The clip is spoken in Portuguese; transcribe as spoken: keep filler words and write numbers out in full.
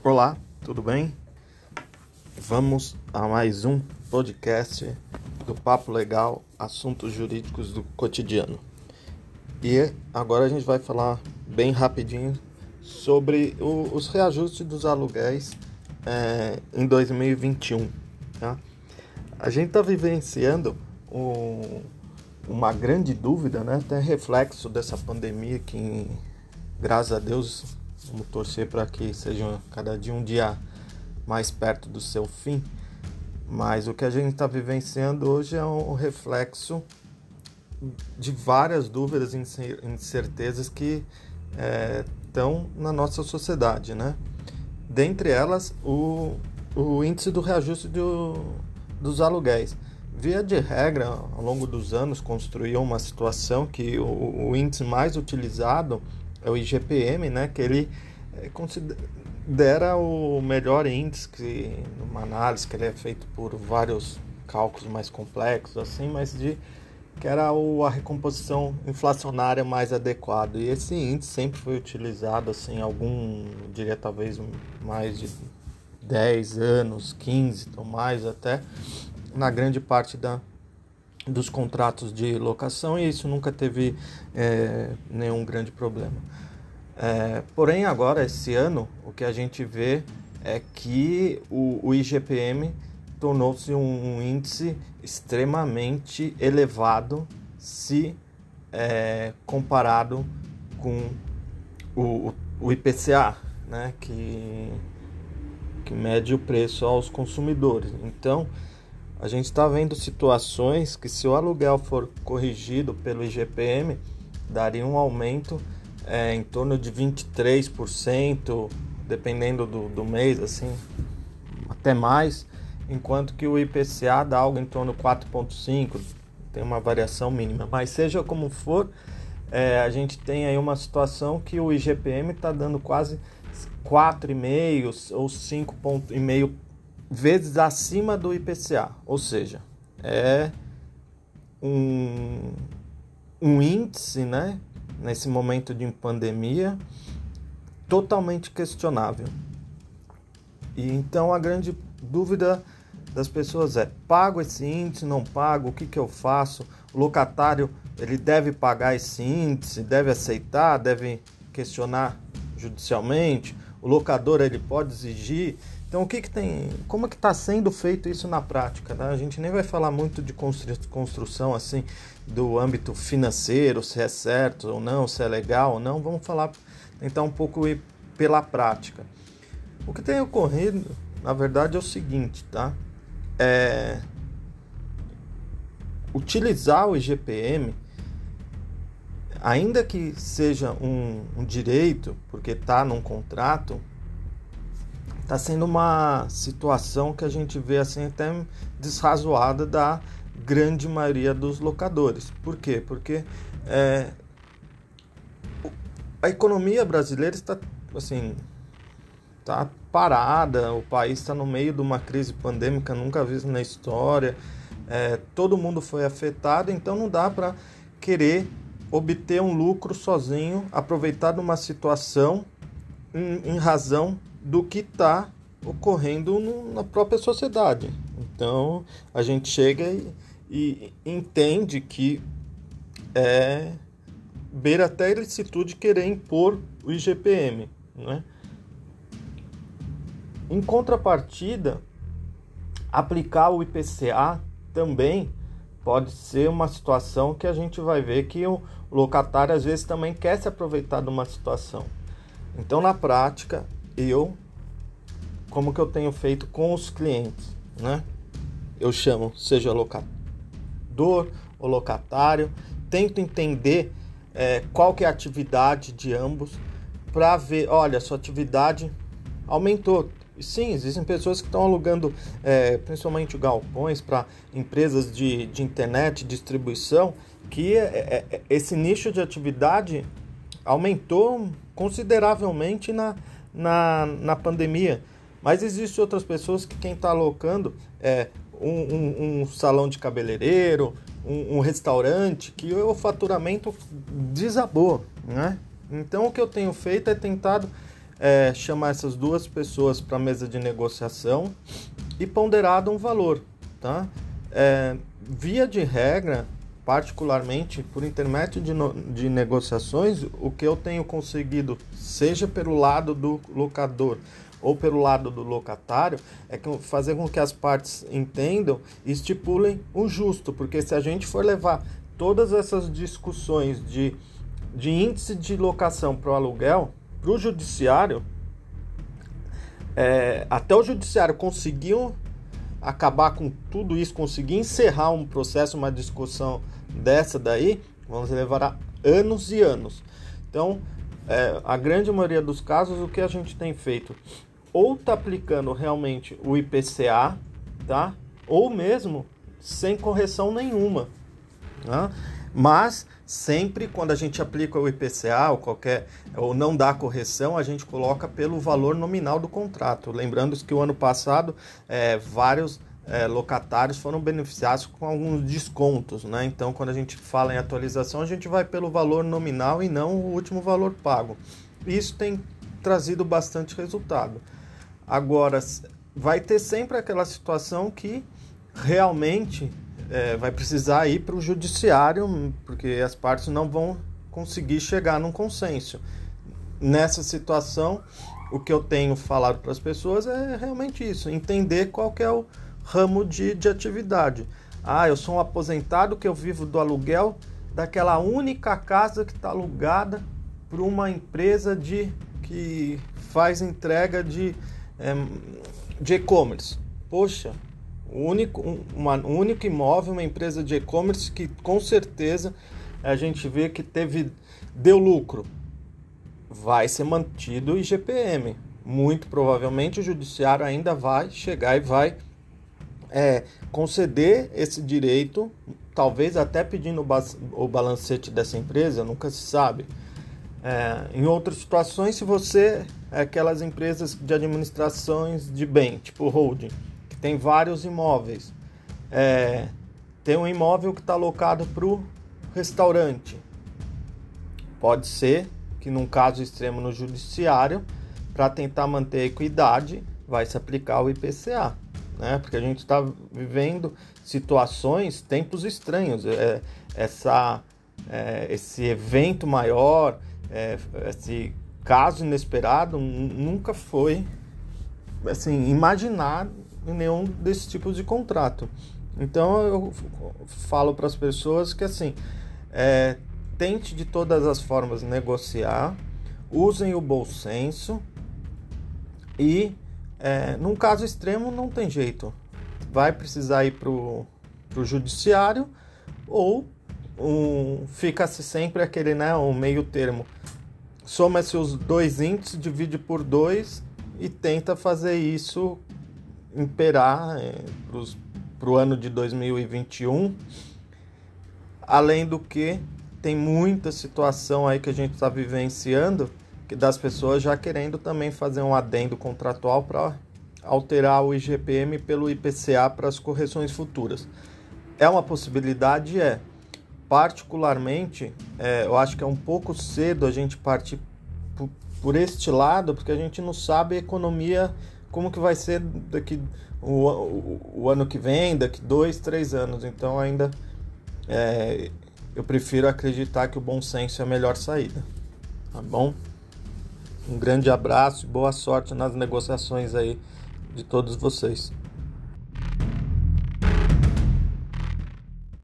Olá, tudo bem? Vamos a mais um podcast do Papo Legal, assuntos jurídicos do cotidiano. E agora a gente vai falar bem rapidinho sobre o, os reajustes dos aluguéis é, em dois mil e vinte e um. Tá? A gente está vivenciando um, uma grande dúvida, né? Até reflexo dessa pandemia que, graças a Deus, vamos torcer para que seja cada dia um dia mais perto do seu fim. Mas o que a gente está vivenciando hoje é um reflexo de várias dúvidas e incertezas que estão é, na nossa sociedade, né? Dentre elas, o, o índice do reajuste do, dos aluguéis. Via de regra, ao longo dos anos, construiu uma situação que o, o índice mais utilizado é o I G P M, né? Que ele é, considera o melhor índice, que, numa análise que ele é feito por vários cálculos mais complexos, assim, mas de que era o, a recomposição inflacionária mais adequada. E esse índice sempre foi utilizado, assim, algum, eu diria talvez mais de dez anos, quinze ou mais até, na grande parte da, dos contratos de locação, e isso nunca teve é, nenhum grande problema. É, porém, agora, esse ano, o que a gente vê é que o, o I G P M tornou-se um, um índice extremamente elevado se é, comparado com o, o I P C A, né, que, que mede o preço aos consumidores. Então, a gente está vendo situações que, se o aluguel for corrigido pelo I G P M, daria um aumento é, em torno de vinte e três por cento, dependendo do, do mês, assim, até mais, enquanto que o I P C A dá algo em torno de quatro vírgula cinco por cento, tem uma variação mínima. Mas seja como for, é, a gente tem aí uma situação que o I G P M está dando quase quatro vírgula cinco ou cinco vírgula cinco vezes acima do I P C A, ou seja, é um, um índice, né, nesse momento de pandemia, totalmente questionável. E então a grande dúvida das pessoas é: pago esse índice, não pago, o que, que eu faço? O locatário, ele deve pagar esse índice, deve aceitar, deve questionar judicialmente? O locador, ele pode exigir? Então, o que que tem, como é que está sendo feito isso na prática, né? A gente nem vai falar muito de construção assim do âmbito financeiro, se é certo ou não, se é legal ou não. Vamos falar, tentar um pouco ir pela prática. O que tem ocorrido, na verdade, é o seguinte, tá? É... Utilizar o I G P M, ainda que seja um, um direito, porque está num contrato, está sendo uma situação que a gente vê assim até desrazoada da grande maioria dos locadores. Por quê? Porque é, a economia brasileira está assim, tá parada, o país está no meio de uma crise pandêmica nunca vista na história, é, todo mundo foi afetado, então não dá para querer obter um lucro sozinho, aproveitar de uma situação em, em razão do que está ocorrendo no, na própria sociedade. Então a gente chega e, e entende que é beira até a ilicitude querer impor o I G P M, né? Em contrapartida, aplicar o I P C A também pode ser uma situação que a gente vai ver que o locatário às vezes também quer se aproveitar de uma situação. Então, na prática, eu, como que eu tenho feito com os clientes, né? Eu chamo, seja locador ou locatário, tento entender é, qual que é a atividade de ambos para ver, olha, sua atividade aumentou. Sim, existem pessoas que estão alugando, é, principalmente galpões, para empresas de, de internet, distribuição, que é, é, esse nicho de atividade aumentou consideravelmente na, na, na pandemia. Mas existem outras pessoas que quem está alocando é um, um, um salão de cabeleireiro, um, um restaurante, que o faturamento desabou, né? Então o que eu tenho feito é tentado é, chamar essas duas pessoas para a mesa de negociação e ponderado um valor, tá? É, via de regra, particularmente por intermédio de, no, de negociações, o que eu tenho conseguido, seja pelo lado do locador ou pelo lado do locatário, é que fazer com que as partes entendam e estipulem o justo, porque se a gente for levar todas essas discussões de, de índice de locação para o aluguel, para o judiciário, é, até o judiciário conseguiu acabar com tudo isso, conseguir encerrar um processo, uma discussão dessa daí, vamos levar anos e anos. Então, é, a grande maioria dos casos, o que a gente tem feito? Ou está aplicando realmente o I P C A, tá? Ou mesmo sem correção nenhuma. Tá? Mas sempre quando a gente aplica o I P C A ou qualquer ou não dá correção, a gente coloca pelo valor nominal do contrato. Lembrando que o ano passado é, vários é, locatários foram beneficiados com alguns descontos, né? Então, quando a gente fala em atualização, a gente vai pelo valor nominal e não o último valor pago. Isso tem trazido bastante resultado. Agora, vai ter sempre aquela situação que realmente É, vai precisar ir para o judiciário, porque as partes não vão conseguir chegar num consenso. Nessa situação, o que eu tenho falado para as pessoas é realmente isso, entender qual que é o ramo de, de atividade. Ah, eu sou um aposentado que eu vivo do aluguel daquela única casa que está alugada para uma empresa de, que faz entrega de, é, de e-commerce. Poxa, O único, uma, um único imóvel, uma empresa de e-commerce que com certeza a gente vê que teve, deu lucro. Vai ser mantido o I G P M. Muito provavelmente o judiciário ainda vai chegar e vai é, conceder esse direito, talvez até pedindo o, ba- o balancete dessa empresa, nunca se sabe. É, em outras situações, se você é aquelas empresas de administrações de bem, tipo holding, tem vários imóveis, é, tem um imóvel que está alocado para o restaurante, pode ser que num caso extremo no judiciário, para tentar manter a equidade, vai se aplicar o I P C A, né? Porque a gente está vivendo situações, tempos estranhos, é, essa, é, esse evento maior, é, esse caso inesperado nunca foi assim, imaginado em nenhum desses tipos de contrato. Então eu falo para as pessoas que assim, é, tente de todas as formas negociar, usem o bom senso e é, num caso extremo não tem jeito, vai precisar ir para o judiciário ou um, fica-se sempre aquele, né, um meio termo, soma-se os dois índices, divide por dois e tenta fazer isso imperar é, para o ano de dois mil e vinte e um, além do que tem muita situação aí que a gente está vivenciando, que das pessoas já querendo também fazer um adendo contratual para alterar o I G P M pelo I P C A para as correções futuras. É uma possibilidade, é. Particularmente, é, eu acho que é um pouco cedo a gente partir por, por este lado, porque a gente não sabe a economia, como que vai ser daqui o, o, o ano que vem, daqui dois, três anos. Então ainda é, eu prefiro acreditar que o bom senso é a melhor saída. Tá bom? Um grande abraço e boa sorte nas negociações aí de todos vocês.